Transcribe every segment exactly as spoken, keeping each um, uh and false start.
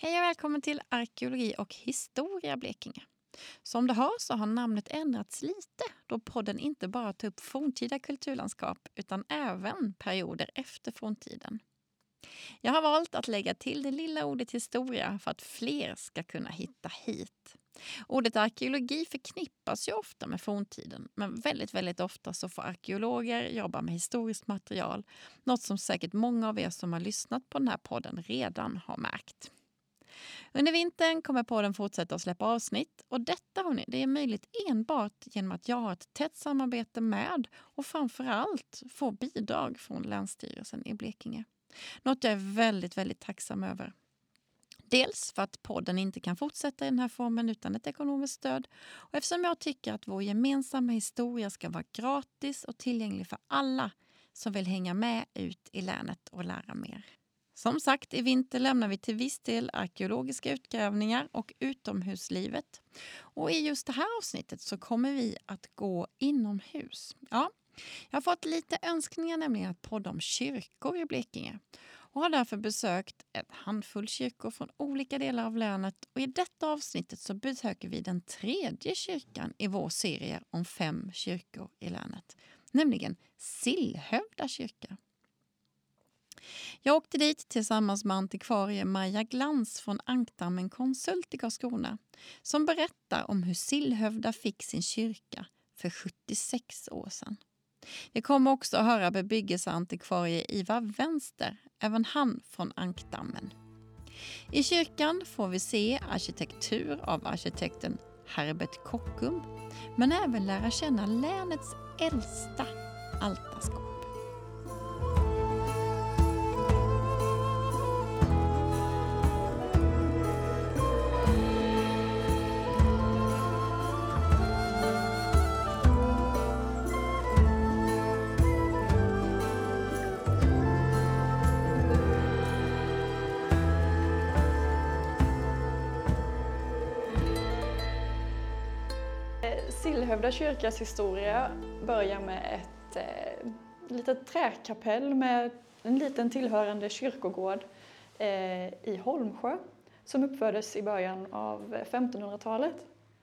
Hej och välkommen till Arkeologi och historia Blekinge. Som du hör så har namnet ändrats lite då podden inte bara tar upp forntida kulturlandskap utan även perioder efter forntiden. Jag har valt att lägga till det lilla ordet historia för att fler ska kunna hitta hit. Ordet arkeologi förknippas ju ofta med forntiden, men väldigt, väldigt ofta så får arkeologer jobba med historiskt material, något som säkert många av er som har lyssnat på den här podden redan har märkt. Under vintern kommer podden fortsätta att släppa avsnitt och detta hörni, det är möjligt enbart genom att jag har ett tätt samarbete med och framförallt får bidrag från Länsstyrelsen i Blekinge. Något jag är väldigt, väldigt tacksam över. Dels för att podden inte kan fortsätta i den här formen utan ett ekonomiskt stöd och eftersom jag tycker att vår gemensamma historia ska vara gratis och tillgänglig för alla som vill hänga med ut i länet och lära mer. Som sagt, i vinter lämnar vi till viss del arkeologiska utgrävningar och utomhuslivet. Och i just det här avsnittet så kommer vi att gå inomhus. Ja, jag har fått lite önskningar nämligen att podda om kyrkor i Blekinge. Och har därför besökt ett handfull kyrkor från olika delar av länet. Och i detta avsnittet så besöker vi den tredje kyrkan i vår serie om fem kyrkor i länet. Nämligen Sillhövda kyrka. Jag åkte dit tillsammans med antikvarie Maja Glans från Ankdammen Konsult i Karlskrona som berättar om hur Sillhövda fick sin kyrka för sjuttiosex år sedan. Vi kommer också att höra bebyggelseantikvarie Ivar Vänster, även han från Ankdammen. I kyrkan får vi se arkitektur av arkitekten Herbert Kockum, men även lära känna länets äldsta altarskåp. Sillhövda kyrkas historia börjar med ett eh, litet träkapell med en liten tillhörande kyrkogård eh, i Holmsjö som uppfördes i början av femtonhundratalet.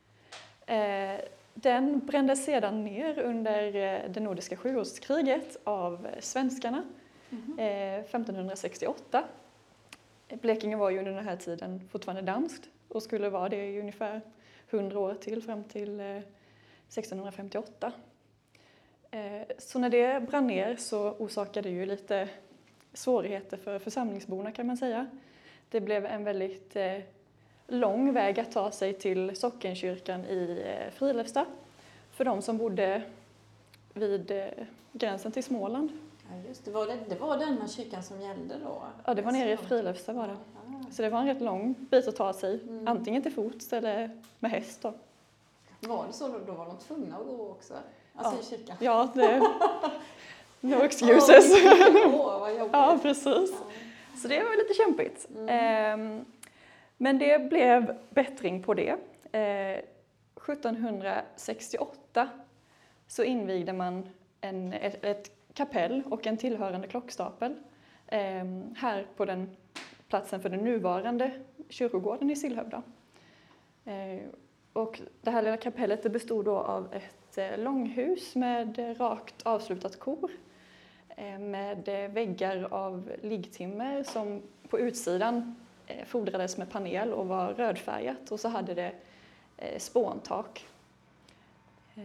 Eh, den brändes sedan ner under eh, det nordiska sjuårskriget av svenskarna mm-hmm. eh, femtonhundrasextioåtta. Blekinge var ju under den här tiden fortfarande danskt och skulle vara det i ungefär hundra år till fram till eh, sextonhundrafemtioåtta. Eh, så när det brann ner så orsakade det ju lite svårigheter för församlingsborna kan man säga. Det blev en väldigt eh, lång väg att ta sig till sockenkyrkan i eh, Frilefstad för de som bodde vid eh, gränsen till Småland. Ja, just det. Var det, det var den här kyrkan som gällde då? Ja, det var nere i Frilefstad var det. Ah. Så det var en rätt lång bit att ta sig, mm. antingen till fots eller med häst då. Var det så då? Då var de tvungna att gå också? Alltså ja. i kyrkan? Ja, det... No excuses. Åh, vad jobbigt. Ja, precis. Ja. Så det var lite kämpigt. Mm. Eh, men det blev bättring på det. Eh, sjuttonhundrasextioåtta så invigde man en, ett, ett kapell och en tillhörande klockstapel eh, här på den platsen för den nuvarande kyrkogården i Sillhövda. Eh, och det här lilla kapellet det bestod då av ett eh, långhus med rakt avslutat kor eh, med eh, väggar av liggtimmer som på utsidan eh, fodrades med panel och var rödfärgat och så hade det eh, spåntak. Eh,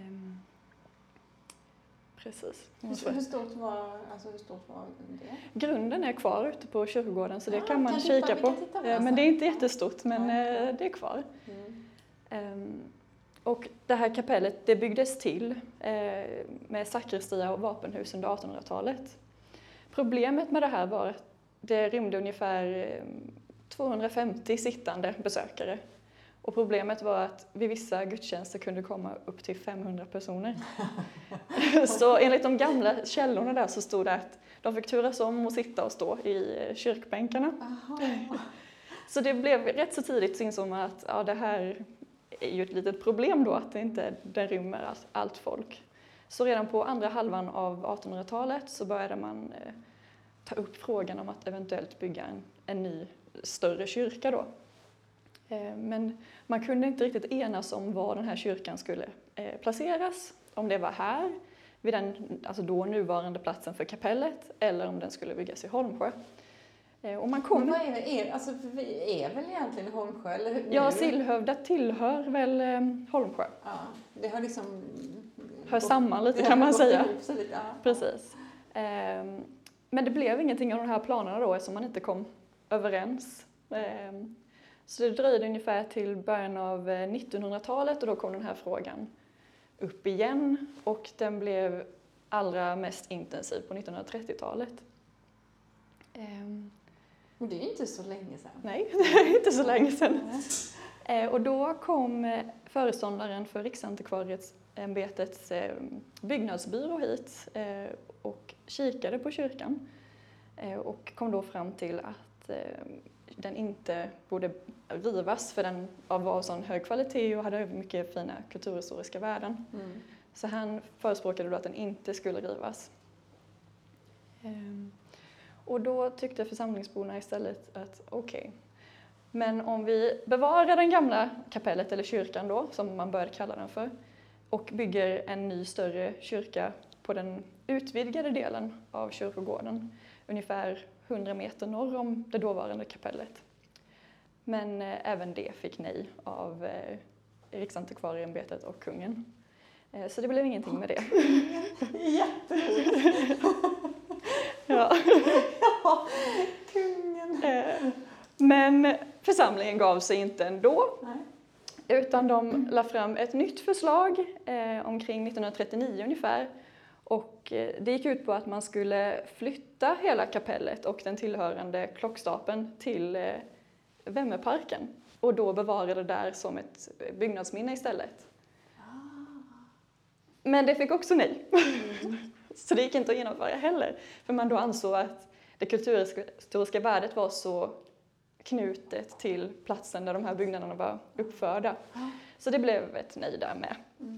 precis. Hur, hur, stort var, alltså hur stort var det? Grunden är kvar ute på kyrkogården så det ja, kan man kan kika titta, på. Titta på men det är inte jättestort men ja. det är kvar. Mm. Um, och det här kapellet det byggdes till eh, med sakristia och vapenhus under artonhundratalet. Problemet med det här var att det rymde ungefär eh, tvåhundrafemtio sittande besökare. Och problemet var att vid vissa gudstjänster kunde komma upp till femhundra personer. Så enligt de gamla källorna där så stod det att de fick turas om och sitta och stå i kyrkbänkarna. Så det blev rätt så tidigt så insåg man att ja, det här är ju ett litet problem då att det inte den rymmer allt, allt folk. Så redan på andra halvan av artonhundratalet så började man eh, ta upp frågan om att eventuellt bygga en, en ny större kyrka då. Men man kunde inte riktigt enas om var den här kyrkan skulle placeras. Om det var här, vid den alltså då nuvarande platsen för kapellet, eller om den skulle byggas i Holmsjö. Och man kom... Men vad är det? Är, alltså, vi är väl egentligen Holmsjö? Eller hur? Ja, Sillhövda tillhör väl Holmsjö. Ja, det har liksom... Hör samman lite kan man säga. Lite, ja. Precis. Men det blev ingenting av de här planerna då eftersom man inte kom överens. Så det dröjde ungefär till början av nittonhundratalet och då kom den här frågan upp igen. Och den blev allra mest intensiv på nittonhundratrettiotalet. Och det är inte så länge sedan. Nej, det är inte så länge sedan. Och då kom föreståndaren för Riksantikvarieämbetets byggnadsbyrå hit och kikade på kyrkan. Och kom då fram till att den inte borde rivas för den var av sån hög kvalitet och hade mycket fina kulturhistoriska värden. Mm. Så han förespråkade då att den inte skulle rivas. Och då tyckte församlingsborna istället att okej, okay, men om vi bevarar den gamla kapellet eller kyrkan då, som man började kalla den för, och bygger en ny större kyrka på den utvidgade delen av kyrkogården, ungefär hundra meter norr om det dåvarande kapellet. Men eh, även det fick nej av eh, Riksantikvarieämbetet och kungen. Eh, så det blev ingenting med det. Jätteroligt! Ja. Ja, kungen! Eh, men församlingen gav sig inte ändå. Nej. Utan de la fram ett nytt förslag eh, omkring nittonhundratrettionio ungefär. Och eh, det gick ut på att man skulle flytta hela kapellet och den tillhörande klockstapeln till eh, Vemmeparken. Och då bevara det där som ett byggnadsminne istället. Ah. Men det fick också nej. Mm. Så det gick inte att genomföra heller. För man då ansåg att det kulturhistoriska värdet var så knutet till platsen där de här byggnaderna var uppförda. Ah. Så det blev ett nej där med. Mm.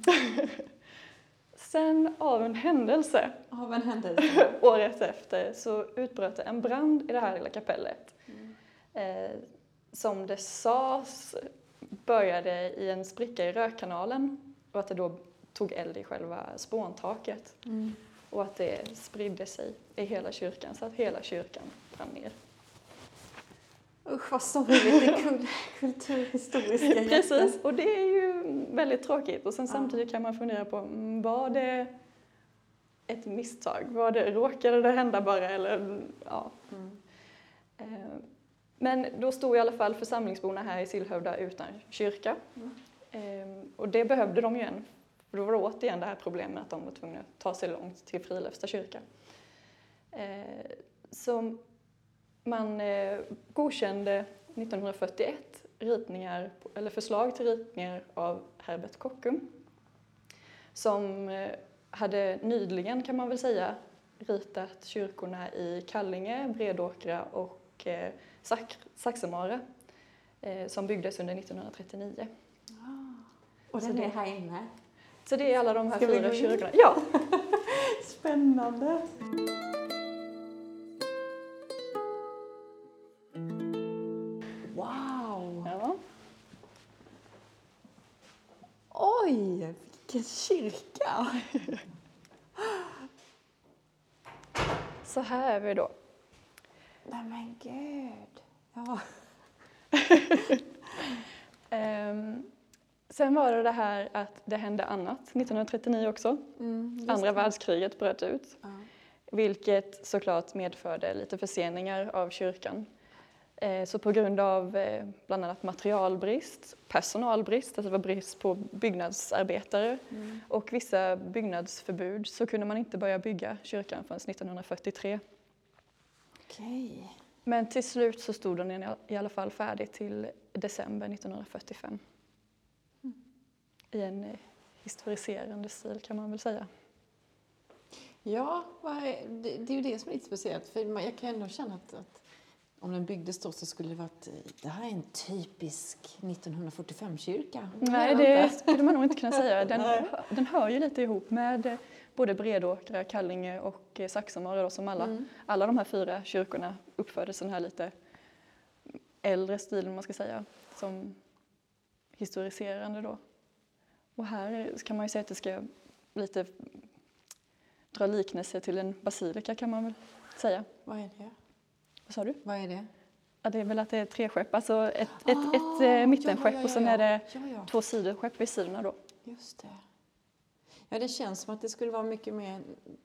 Sen av en händelse, av en händelse. året efter, så utbröt det en brand i det här lilla kapellet. Mm. Eh, som det sades började i en spricka i rökkanalen och att det då tog eld i själva spåntaket. Mm. Och att det spridde sig i hela kyrkan så att hela kyrkan brann ner. Usch vad sorgligt, det kul, kulturhistoriska hjärtan. Precis, och det är ju väldigt tråkigt. Och sen ja. Samtidigt kan man fundera på, var det ett misstag? Var det, råkade det hända bara? Eller, ja. Mm. Eh, men då stod i alla fall församlingsborna här i Sillhövda utan kyrka. Mm. Eh, och det behövde de ju en. För då var det återigen det här problemet att de var tvungna att ta sig långt till Frilefsta kyrka. Eh, så man eh, godkände nittonhundrafyrtioett ritningar, eller förslag till ritningar av Herbert Kockum. Som eh, hade nyligen, kan man väl säga, ritat kyrkorna i Kallinge, Bredåkra och eh, Sax- Saxemara. Eh, som byggdes under nittonhundratrettionio. Ah. Och den är här inne? Så det är alla de här Ska fyra kyrkorna. Ja. Spännande. Wow. Ja. Oj, vilken kyrka. Så här är vi då. Nej men gud. Ja. um, Sen var det det här att det hände annat nittonhundratrettionio också. Mm, Andra det. världskriget bröt ut. Ja. Vilket såklart medförde lite förseningar av kyrkan. Eh, så på grund av eh, bland annat materialbrist, personalbrist, alltså det var brist på byggnadsarbetare mm. och vissa byggnadsförbud så kunde man inte börja bygga kyrkan förrän nittonhundrafyrtiotre. Okej. Men till slut så stod den i alla fall färdig till december nittonhundrafyrtiofem. I en historiserande stil kan man väl säga. Ja, det, det är ju det som är lite speciellt. För jag kan ändå känna att, att om den byggdes då så skulle det vara att det här är en typisk nittonhundrafyrtiofem-kyrka. Nej, det skulle man nog inte kunna säga. Den, den hör ju lite ihop med både Bredåkra, Kallinge och Saxemara då, som alla, mm. alla de här fyra kyrkorna uppfördes den här lite äldre stilen man ska säga, som historiserande då. Och här kan man ju säga att det ska lite dra liknelse till en basilika kan man väl säga. Vad är det? Vad sa du? Vad är det? Ja, det är väl att det är tre skepp, alltså ett, Ah, ett, ett, ett mittenskepp ja, ja, ja, och sen ja. är det Ja, ja. två sidoskepp vid sidorna då. Just det. Ja, det känns som att det skulle vara mycket mer...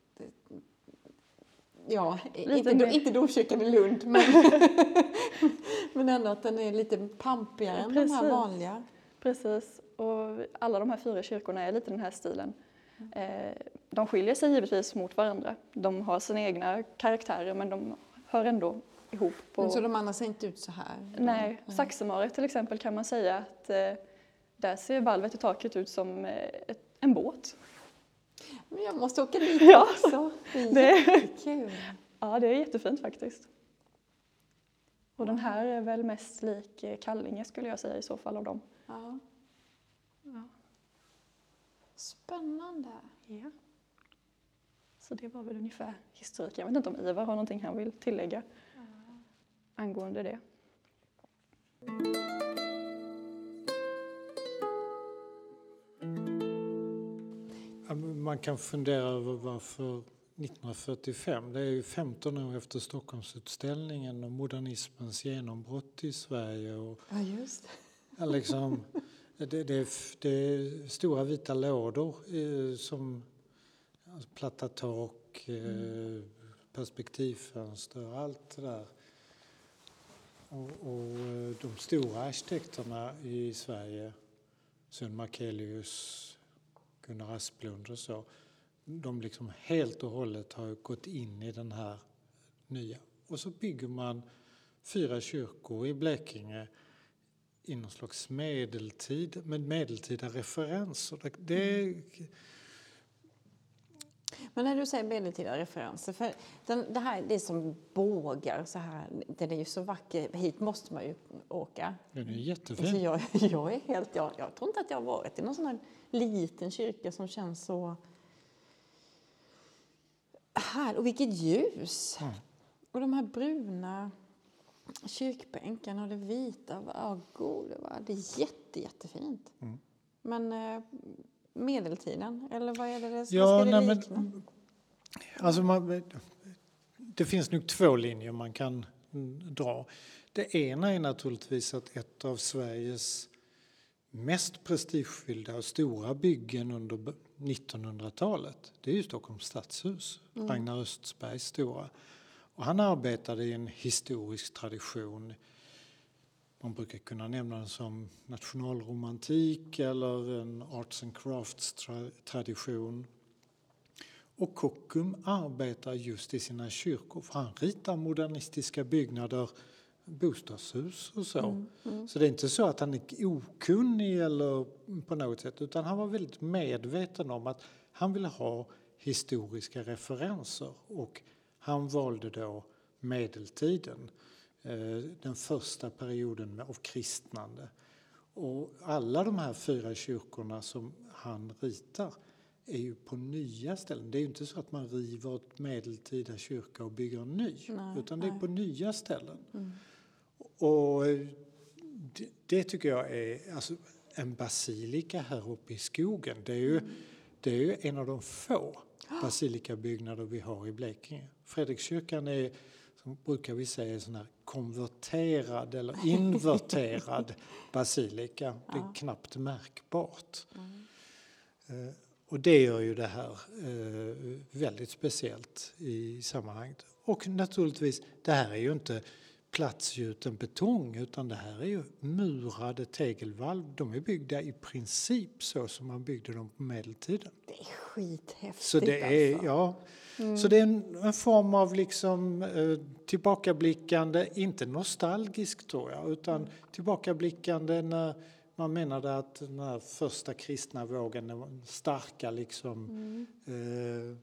Ja, inte, mer. inte domkyrkan i Lund, men, men ändå att den är lite pampigare än de här vanliga. Precis, och alla de här fyra kyrkorna är lite den här stilen. Eh, de skiljer sig givetvis mot varandra. De har sina egna karaktärer men de hör ändå ihop. På... Men så de andra ser inte ut så här? Nej, Saxemaret till exempel kan man säga att eh, där ser valvet i taket ut som eh, ett, en båt. Men jag måste åka dit ja. också. Det är det... jättekul. Ja, det är jättefint faktiskt. Och den här är väl mest lik Kallinge skulle jag säga i så fall av dem. Ja. Ja. Spännande. Ja. Så det var väl ungefär historik. Jag vet inte om Ivar har någonting han vill tillägga ja. angående det. Man kan fundera över varför nittonhundrafyrtiofem, det är ju femton år efter Stockholmsutställningen och modernismens genombrott i Sverige. Och ja, just det. Liksom, det, det, är, det är stora vita lådor eh, som alltså, platta tak, eh, mm. perspektivfönster, allt det där. Och, och de stora arkitekterna i Sverige, Sund Markelius, Gunnar Asplund och så, de liksom helt och hållet har gått in i den här nya. Och så bygger man fyra kyrkor i Blekinge i någon slags medeltid, med medeltida referenser. Det, det... Men när du säger medeltida referenser, för den, det här det är som bågar så här, den är ju så vacker, hit måste man ju åka. Den är jättefin. Så jag, jag är helt, jag, jag tror inte att jag har varit i någon sån här liten kyrka som känns så här, och vilket ljus. Mm. Och de här bruna kyrkbänkarna och det vita, ja, god, det var det är jätte jättefint. Mm. Men eh, medeltiden eller vad är det det ska, ja, ska det nej, likna? Men, alltså man, det finns nog två linjer man kan dra. Det ena är naturligtvis att ett av Sveriges mest prestigefyllda och stora byggen under nittonhundratalet, det är ju Stockholms stadshus, mm. Ragnar Östbergs stora. Och han arbetade i en historisk tradition. Man brukar kunna nämna den som nationalromantik eller en arts and crafts tra- tradition. Och Kockum arbetar just i sina kyrkor, för han ritar modernistiska byggnader, bostadshus och så. Mm, mm. Så det är inte så att han är okunnig eller på något sätt, utan han var väldigt medveten om att han ville ha historiska referenser, och han valde då medeltiden, den första perioden av kristnande. Och alla de här fyra kyrkorna som han ritar är ju på nya ställen. Det är ju inte så att man river ett medeltida kyrka och bygger en ny, nej, utan det är nej. på nya ställen. Mm. Och det, det tycker jag är alltså, en basilika här uppe i skogen. Det är ju, mm. det är ju en av de få basilikabyggnader vi har i Blekinge. Fredrikskyrkan är, som brukar vi säga, sån här konverterad eller inverterad basilika. Det är knappt märkbart. Mm. Uh, och det gör ju det här uh, väldigt speciellt i sammanhanget. Och naturligtvis, det här är ju inte platsgjuten betong, utan det här är ju murade tegelvalv. De är byggda i princip så som man byggde dem på medeltiden. Det är skithäftigt. Så det är, alltså. ja, mm. så det är en, en form av liksom, eh, tillbakablickande, inte nostalgisk tror jag, utan mm. tillbakablickande när man menade att den här första kristna vågen var starka liksom. Mm. Eh,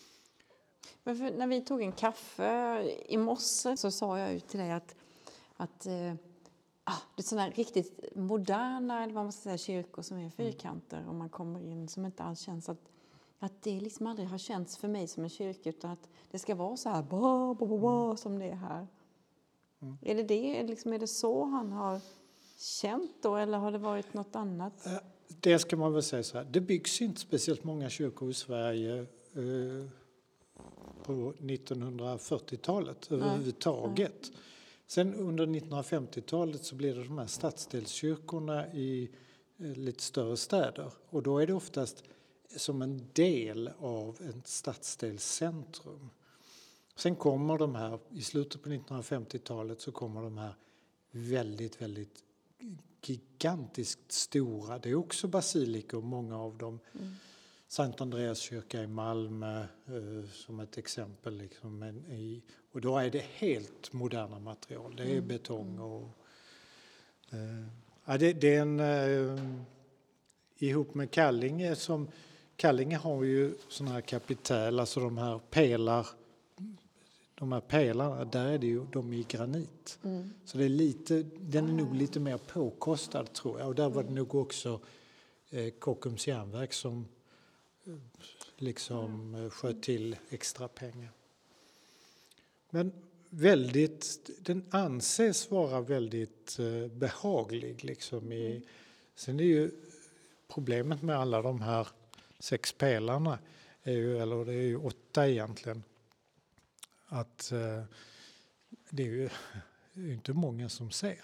Men för, när vi tog en kaffe i morse så sa jag ut till dig att, att eh, ah, det är sådana riktigt moderna, eller vad man ska säga, kyrkor som är fyrkanter mm. och man kommer in som inte alls känns att, att det liksom aldrig har känts för mig som en kyrka, utan att det ska vara så här ba, ba, ba, ba, som det är här. Mm. Är det det, liksom, är det så han har känt då, eller har det varit något annat? Det ska man väl säga så här. Det byggs inte speciellt många kyrkor i Sverige eh, på nittonhundrafyrtiotalet överhuvudtaget. Nej. Sen under nittonhundrafemtiotalet så blir det de här stadsdelskyrkorna i eh, lite större städer. Och då är det oftast som en del av ett stadsdelscentrum. Sen kommer de här, i slutet på nittonhundrafemtiotalet så kommer de här väldigt, väldigt gigantiskt stora. Det är också basilikor, många av dem. Mm. Sankt Andreas kyrka i Malmö eh, som ett exempel. Liksom, men i, och då är det helt moderna material. Det är mm. betong och... Eh, ja, det, det är en... Eh, ihop med Kallinge som... Kallinge har ju sådana här kapitel, alltså de här pelar... De här pelarna, där är det ju de i granit. Mm. Så det är lite, den är nog lite mer påkostad, tror jag. Och där var det nog också eh, Kockums järnverk som eh, liksom eh, sköt till extra pengar. Men väldigt, den anses vara väldigt eh, behaglig. Liksom i, sen är ju problemet med alla de här sex pelarna, är ju, eller det är ju åtta egentligen, att eh, det är ju inte många som ser.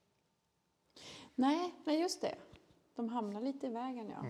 Nej, nej, just det. De hamnar lite i vägen, ja.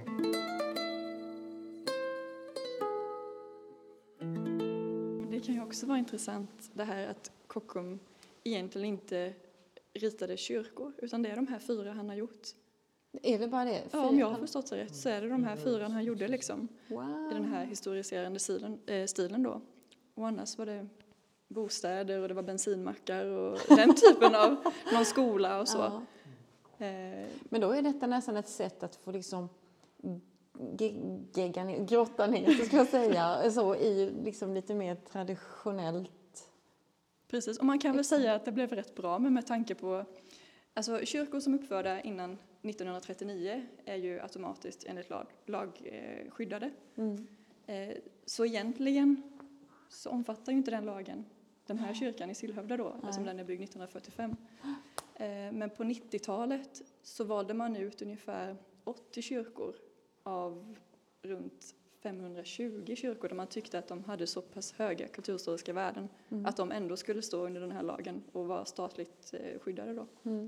Mm. Det kan ju också vara intressant det här att Kockum egentligen inte ritade kyrkor, utan det är de här fyra han har gjort. Är det bara det? Fyra? Ja, om jag har förstått det rätt så är det de här fyra han gjorde liksom. Wow. I den här historiserande stilen, äh, stilen då. Och annars var det bostäder och det var bensinmackar och den typen av någon skola och så. Ja. Eh. Men då är detta nästan ett sätt att få liksom gegga ner, grotta ner, så ska jag säga, så i liksom lite mer traditionellt. Precis, och man kan väl säga att det blev rätt bra med, med tanke på, alltså kyrkor som uppförda innan nittonhundratrettionio är ju automatiskt enligt lag, lag eh, skyddade. Mm. Eh, så egentligen så omfattar ju inte den lagen den här kyrkan i Sillhövda då, som den är byggd nittonhundrafyrtiofem. Eh, men på nittiotalet så valde man ut ungefär åttio kyrkor av runt femhundratjugo kyrkor där man tyckte att de hade så pass höga kulturhistoriska värden mm. att de ändå skulle stå under den här lagen och vara statligt eh, skyddade då. Mm.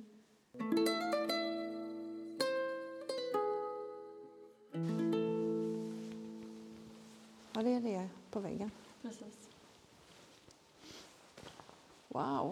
Ja, det är det på väggen. Precis. Wow.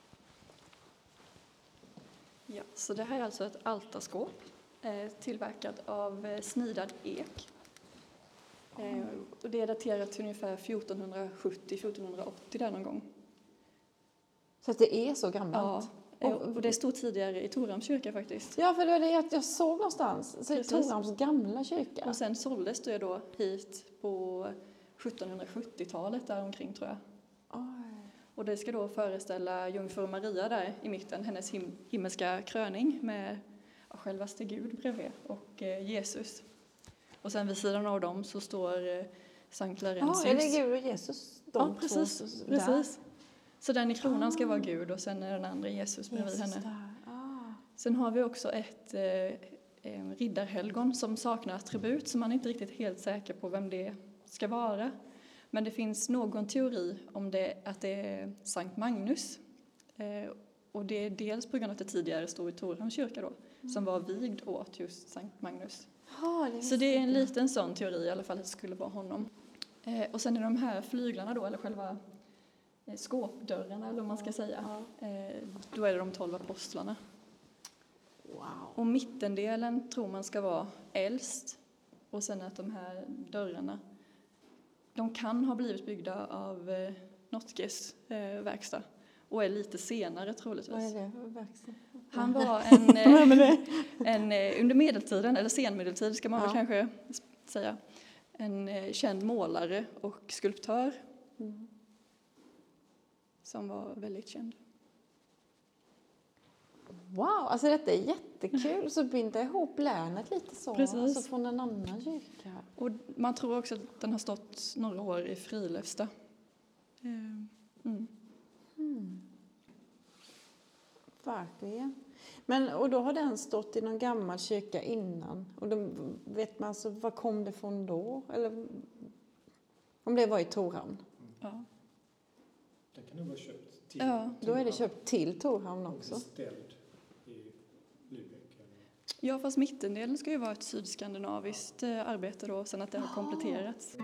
Ja, så det här är alltså ett altarskåp eh, tillverkat av eh, snidad ek. Eh, och det är daterat till ungefär fjortonhundrasjuttio fjortonhundraåttio där någon gång. Så att det är så gammalt? Ja, eh, och det stod tidigare i Torhamns kyrka faktiskt. Ja, för det var det jag såg någonstans. Så Torhamns gamla kyrka. Och sen såldes det då hit på sjuttonhundrasjuttiotalet där omkring, tror jag. Oj. Och det ska då föreställa Jungfru Maria där i mitten, hennes him- himmelska kröning med ja, självaste Gud bredvid och eh, Jesus. Och sen vid sidan av dem så står eh, Sankt Laurentius. Ja, är det Gud och Jesus? De ja, precis. Två, precis. Så den i kronan ah. ska vara Gud och sen är den andra Jesus bredvid Jesus henne. Ah. Sen har vi också ett eh, riddarhelgon som saknar attribut, så man är inte riktigt helt säker på vem det ska vara. Men det finns någon teori om det, att det är Sankt Magnus. Eh, och det är dels på grund av att det tidigare stod i Torhamns kyrka då, mm. som var vigd åt just Sankt Magnus. Ja, det så det är en liten sån teori i alla fall att det skulle vara honom. Eh, och sen är de här flyglarna då, eller själva eh, skåpdörrarna eller vad man ska säga. Ja. Eh, då är det de tolv apostlarna. Wow. Och mittendelen tror man ska vara äldst. Och sen att de här dörrarna, de kan ha blivit byggda av eh, Nottkes eh, verkstad och är lite senare troligtvis. Vad är det för verkstad? Han var en, eh, en eh, under medeltiden, eller senmedeltid ska man ja. väl kanske säga, en eh, känd målare och skulptör mm. som var väldigt känd. Wow, alltså detta är jättekul. Så binda ihop länet lite så. Precis. Alltså från en annan kyrka. Och man tror också att den har stått några år i Frilefsta. Mm. Mm. verkligen. Men, och då har den stått i någon gammal kyrka innan. Och då vet man alltså, var kom det från då? Eller om det var i Torhamn. Ja. Det kan nog vara köpt till. Ja. Då är det köpt till Torhamn också. Ställd i Lübeck. Ja, fast mittendelen ska ju vara ett sydskandinaviskt eh, arbete då, sen att det har kompletterats.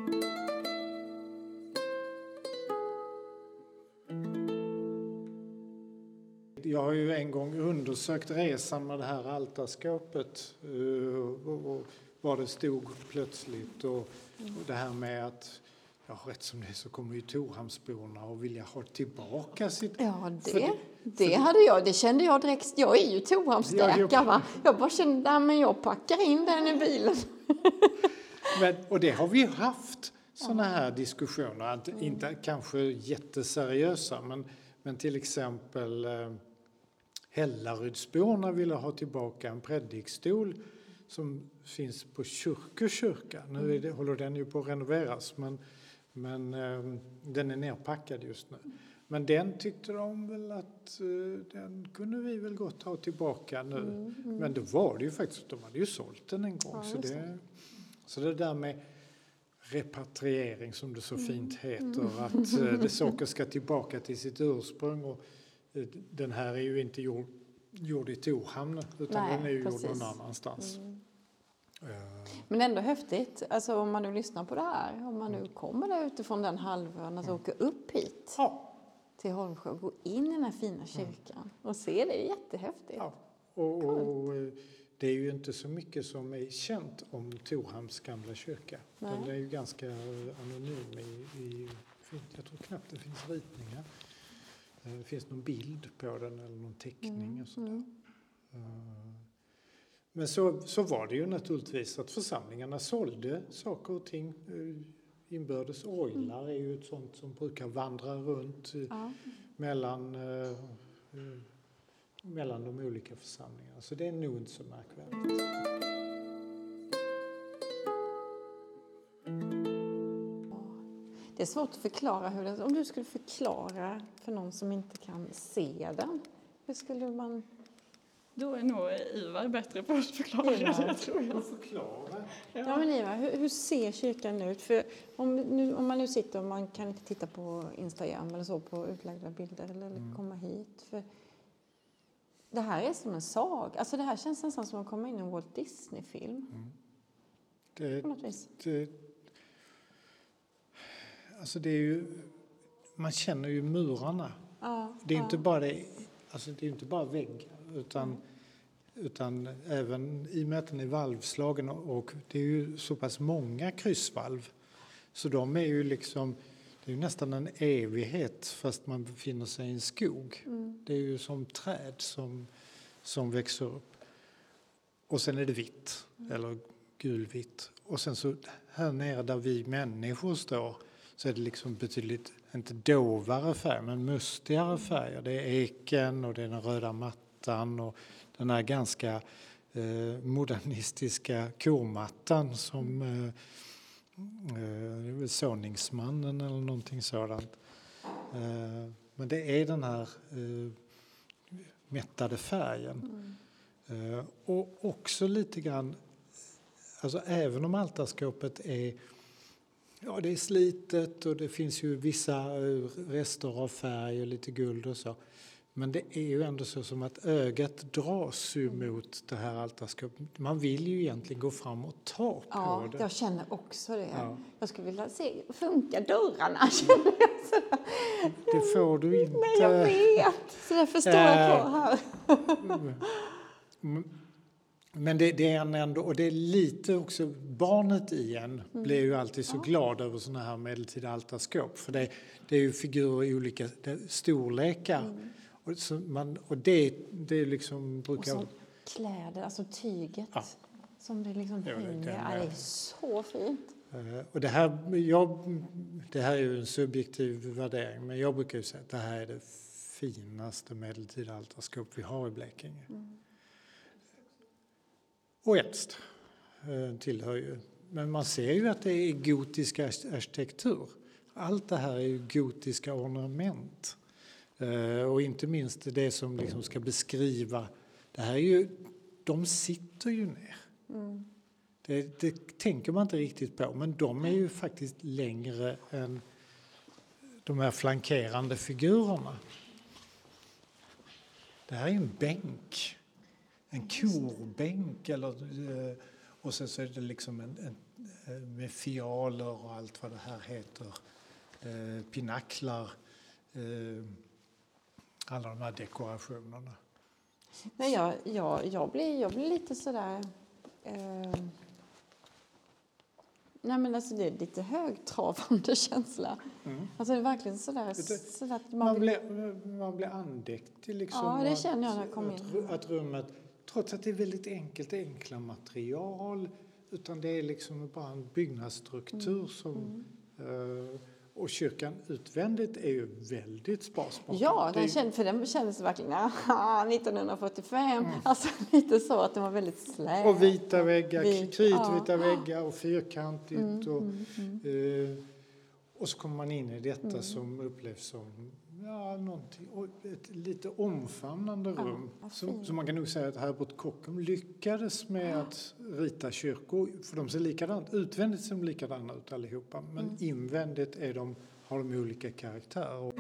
Jag har ju en gång undersökt resan med det här altarskåpet och var det stod plötsligt och, och det här med att ja, rätt som det är så kommer ju Torhamnsborna och vilja ha tillbaka sitt... Ja, det, det, det hade jag. Det kände jag direkt. Jag är ju Torhamnsstäkare, va? Jag bara kände, men jag packar in den i bilen. Men, och det har vi ju haft sådana här diskussioner, att mm. inte kanske jätteseriösa, men, men till exempel eh, Hällarydsborna ville ha tillbaka en predikstol som finns på Kyrkö kyrka. Nu är det, håller den ju på att renoveras, men, men eh, den är nerpackad just nu. Men den tyckte de väl att eh, den kunde vi väl gott ha tillbaka nu. Mm, mm. Men då var det ju faktiskt, de hade ju sålt den en gång. Ja, så, det, så det där med repatriering som det så fint heter, mm. att eh, det saker ska tillbaka till sitt ursprung. Och, eh, den här är ju inte gjord, gjord i Torhamn, utan Nej, den är ju precis. gjord någon annanstans. Mm. Men ändå häftigt, alltså om man nu lyssnar på det här, om man nu kommer där utifrån den halvön, att mm. åka upp hit ja. till Holmsjö och gå in i den här fina kyrkan mm. och se det, är jättehäftigt. Ja. Och, och det är ju inte så mycket som är känt om Torhamns gamla kyrka. Nej. Den är ju ganska anonym i, i, jag tror knappt det finns ritningar. Det finns någon bild på den eller någon teckning mm. och sådär. Mm. Men så, så var det ju naturligtvis att församlingarna sålde saker och ting. Inbördes orglar är ju ett sånt som brukar vandra runt ja. mellan, eh, mellan de olika församlingarna. Så det är nog inte så märkvärdigt. Det är svårt att förklara hur det, om du skulle förklara för någon som inte kan se den. Hur skulle man... Då är nog Ivar bättre på att förklara Ivar. det, tror jag. Förklara. Ja. ja, men Ivar, hur, hur ser kyrkan ut? För om, nu, om man nu sitter och man kan inte titta på Instagram eller så på utlagda bilder eller mm. komma hit. För det här är som en sag. Alltså det här känns nästan som att komma in i en Walt Disney-film. Mm. Det, på något vis. Det, alltså det är ju, man känner ju murarna. Ja, det är ja. inte bara det, alltså det är inte bara väggar. Utan, mm. utan även i och med att den är valvslagen och det är ju så pass många kryssvalv. Så de är ju liksom, det är ju nästan en evighet fast man befinner sig i en skog. Mm. Det är ju som träd som, som växer upp. Och sen är det vitt, mm. eller gulvitt. Och sen så här nere där vi människor står så är det liksom betydligt, inte dovare färg men mustigare färger. Det är eken och det är den röda mattan och den här ganska eh, modernistiska kormattan som eh, eh, såningsmannen eller någonting sådant. Eh, men det är den här eh, mättade färgen. Mm. Eh, och också lite grann, alltså även om altarskåpet är Ja, det är slitet och det finns ju vissa rester av färg och lite guld och så. Men det är ju ändå så som att ögat dras ju mot det här altarskåpet. Man vill ju egentligen gå fram och ta på ja, det. Ja, jag känner också det. Ja. Jag skulle vilja se, funkar dörrarna? Känner jag så. Det får du inte. Nej, jag vet. Så därför står jag kvar här. Men det, det är en ändå, och det är lite också, barnet i en mm. blir ju alltid så ja. glad över såna här medeltida altarskåp. För det, det är ju figurer i olika storlekar. Mm. Och, så man, och det, det är liksom brukar... Och så kläder, alltså tyget ja. som det liksom ja, hänger. Det, ja, det är så fint. Uh, och det här, jag, det här är ju en subjektiv värdering, men jag brukar ju säga att det här är det finaste medeltida altarskåp vi har i Blekinge. Mm. Och äldst eh, tillhör ju. Men man ser ju att det är gotisk arkitektur. Allt det här är ju gotiska ornament. Eh, och inte minst det som liksom ska beskriva, det här är ju, de sitter ju ner. Mm. Det, det tänker man inte riktigt på, men de är ju faktiskt längre än de här flankerande figurerna. Det här är en bänk, en korbänk, eller, och sen så är det liksom en, en, med fialer och allt vad det här heter, eh, pinaklar, eh, alla de här dekorationerna. Men jag, jag, jag, blir, jag blir lite sådär... Eh, nej men alltså det är lite högtravande känsla. Mm. Alltså det är verkligen sådär... sådär att man, man, vill... blir, man blir andäktig liksom. Ja, det känner jag när jag kom in. Att, att rummet, trots att det är väldigt enkelt, enkla material, utan det är liksom bara en byggnadsstruktur mm. som... Mm. Eh, och kyrkan utvändigt är ju väldigt sparsmak. Ja, den känd, för den kändes verkligen aha, nittonhundrafyrtiofem. Mm. Alltså lite så att den var väldigt slät. Och vita väggar, Vit, kritvita ja. väggar och fyrkantigt. Mm, och, mm, mm. Eh, och så kommer man in i detta Mm. som upplevs som ja, någonting, och ett lite omfamnande Ja, rum. Så, så man kan nog säga att Herbert Kochum lyckades med Ja. att rita kyrkor, för de ser likadant, utvändigt ser de likadana ut allihopa, men Mm. invändigt är de, har de olika karaktärer.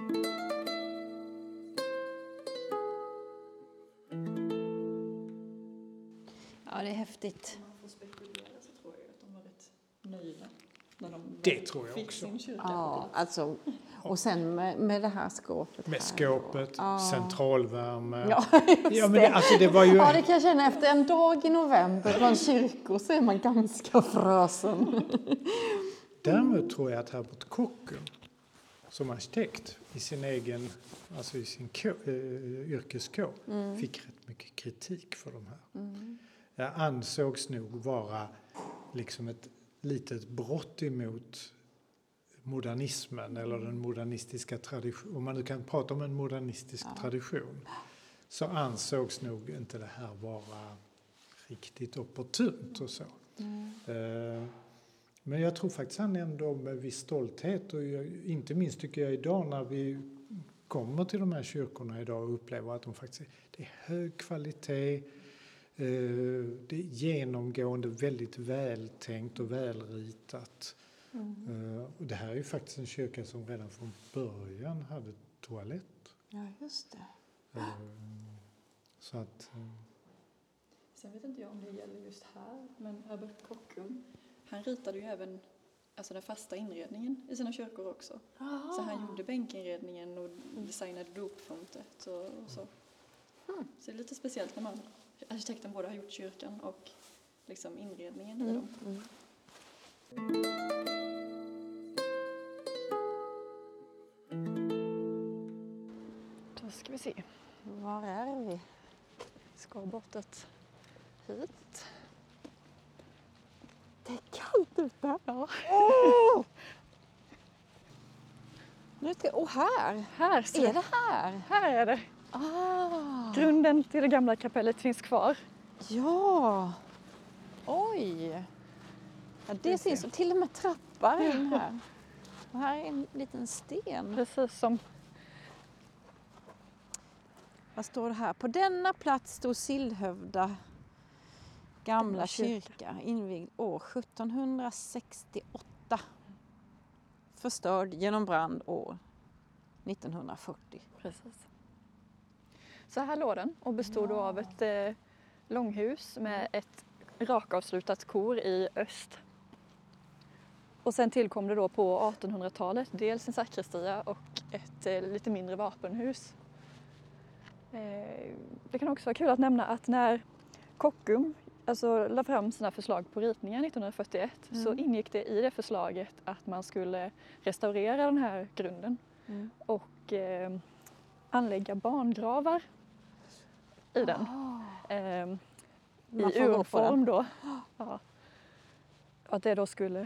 Ja, det är häftigt. Om man får spekulera så tror jag att de var rätt nöjda när de Det tror jag fick också. sin kyrka. Ja, alltså, och sen med, med det här skåpet. Med här skåpet, ja. centralvärme. Ja, just ja, men det. det, alltså det var ju... Ja, det kan jag känna. Efter en dag i november bland kyrkor så är man ganska frösen. Däremot tror jag att Herbert Kochum som arkitekt i sin egen, alltså i sin kå, äh, yrkeskår mm. fick rätt mycket kritik för de här. Mm. Jag ansågs nog vara liksom ett litet brott emot modernismen eller den modernistiska traditionen. Om man nu kan prata om en modernistisk ja. tradition så ansågs nog inte det här vara riktigt opportunt och så. Mm. Uh, Men jag tror faktiskt han ändå med viss stolthet, och jag, inte minst tycker jag idag när vi kommer till de här kyrkorna idag och upplever att de faktiskt, det är hög kvalitet, eh, det är genomgående väldigt vältänkt och välritat. Mm. Eh, och det här är ju faktiskt en kyrka som redan från början hade toalett. Ja, just det. Eh, så att... Eh. Sen vet inte jag om det gäller just här, men Herbert Kochum, han ritade ju även alltså den fasta inredningen i sina kyrkor också. Aha. Så han gjorde bänkinredningen och designade dopfuntet och, och så. Mm. Så det är lite speciellt när man, arkitekten både har gjort kyrkan och liksom inredningen mm. i dem. Mm. Då ska vi se. Var är vi? Ska bortåt hit. Det är kallt ute. Ja. Oh! Nu ska, och här, här så. Är det här? Här är det. Ah. Grunden till det gamla kapellet finns kvar. Ja. Oj. Ja, det finns till och med trappar in här. Och här är en liten sten. Precis som. Vad står det här? På denna plats stod Sillhövda gamla kyrka, invigd år sjuttonhundrasextioåtta. Förstörd genom brand år nittonhundrafyrtio. Precis. Så här låg den och bestod ja. av ett eh, långhus med ett rakavslutat kor i öst. Och sen tillkom det då på artonhundratalet dels en sakristia och ett eh, lite mindre vapenhus. Eh, det kan också vara kul att nämna att när Kochum alltså la fram sina förslag på ritningar nittonhundrafyrtioett mm. så ingick det i det förslaget att man skulle restaurera den här grunden mm. och eh, anlägga barngravar i den. Oh. Eh, I urform då. Ja. Att det då skulle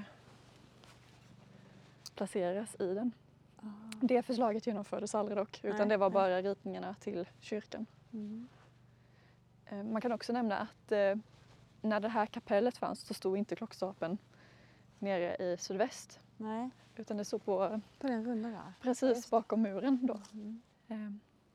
placeras i den. Oh. Det förslaget genomfördes aldrig dock utan nej, det var bara nej. ritningarna till kyrkan. Mm. Eh, man kan också nämna att eh, när det här kapellet fanns så stod inte klockstapeln nere i sydväst. Nej. Utan det stod på, på den runda där. precis bakom muren då. Mm. Eh,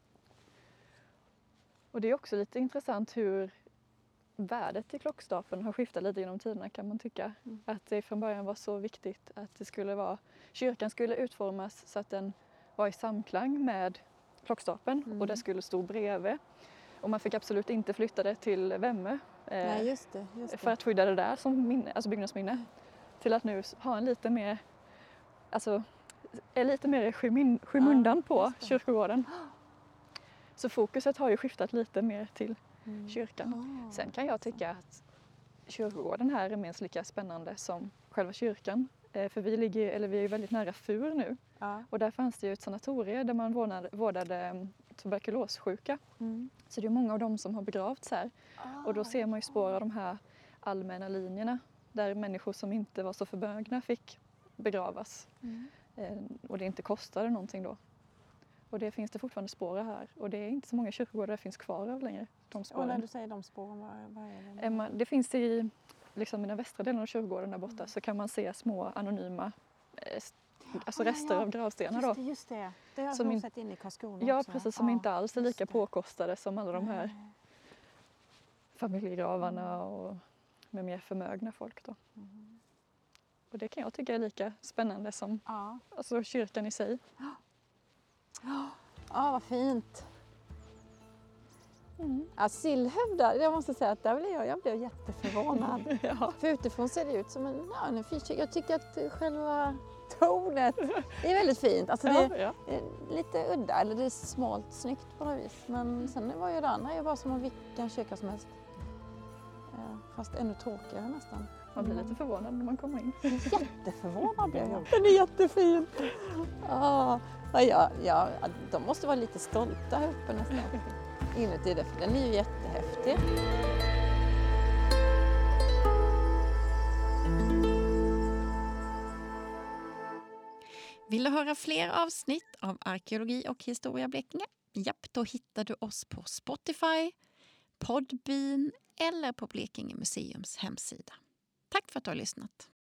och det är också lite intressant hur värdet i klockstapeln har skiftat lite genom tiderna, kan man tycka. Mm. Att det från början var så viktigt att det skulle vara, kyrkan skulle utformas så att den var i samklang med klockstapeln Mm. och det skulle stå bredvid. Och man fick absolut inte flytta det till Vemmö eh, Nej, just det. Just det. för att skydda det där som minne, alltså byggnadsminne. Till att nu ha en lite mer, alltså är lite mer i skymin, skymundan Ja, på just det. kyrkogården. Så fokuset har ju skiftat lite mer till Mm. kyrkan. Ah, Sen kan jag tycka att kyrkogården här är minst lika spännande som själva kyrkan. Eh, för vi, ligger, eller vi är ju väldigt nära Fur nu. ja. Och där fanns det ju ett sanatorium där man vårdade, vårdade mm, tuberkulossjuka. Mm. Så det är många av dem som har begravts här. Och då ser man ju spår av de här allmänna linjerna där människor som inte var så förmögna fick begravas. Mm. Eh, och det inte kostade någonting då. Och det finns det fortfarande spår här. Och det är inte så många kyrkogårdar det finns kvar av längre. De Och spåren. när du säger de spåren, vad, vad är det? Eh, man- Det finns i, liksom i den västra delen av kyrkogården där borta så kan man se små anonyma eh, st- alltså Ah, ja, rester ja. av gravstenar. Just Då. det, just det. Det har Som jag in- sett inne i Karlskrona Ja, också. precis. Som Ja, inte alls är just lika det. påkostade som alla de här Nej. familjegravarna och med mer förmögna folk. Då. Mm. Och det kan jag tycka är lika spännande som Ja. alltså, kyrkan i sig. Ja, vad fint. Mm. Ja, Sillhövda, jag måste säga att där blev jag, jag blev jätteförvånad. Ja. För utifrån ser det ut som en, ja, en fin kyrka. Jag tycker att själva tornet är väldigt fint. Alltså det Ja, ja. är lite udda, eller det är smalt, snyggt på något vis. Men sen var ju det andra ju bara som vilken kyrka som helst. Ja, fast ännu tråkigare nästan. Man blir lite förvånad när man kommer in. Jätteförvånad blev jag. Den är jättefin. Ja, ja, ja, de måste vara lite stolta här uppe nästan. Inuti det, för den är ju jättehäftig. Vill du höra fler avsnitt av Arkeologi och historia Blekinge? Japp, då hittar du oss på Spotify, Podbean eller på Blekinge museums hemsida. Tack för att du har lyssnat.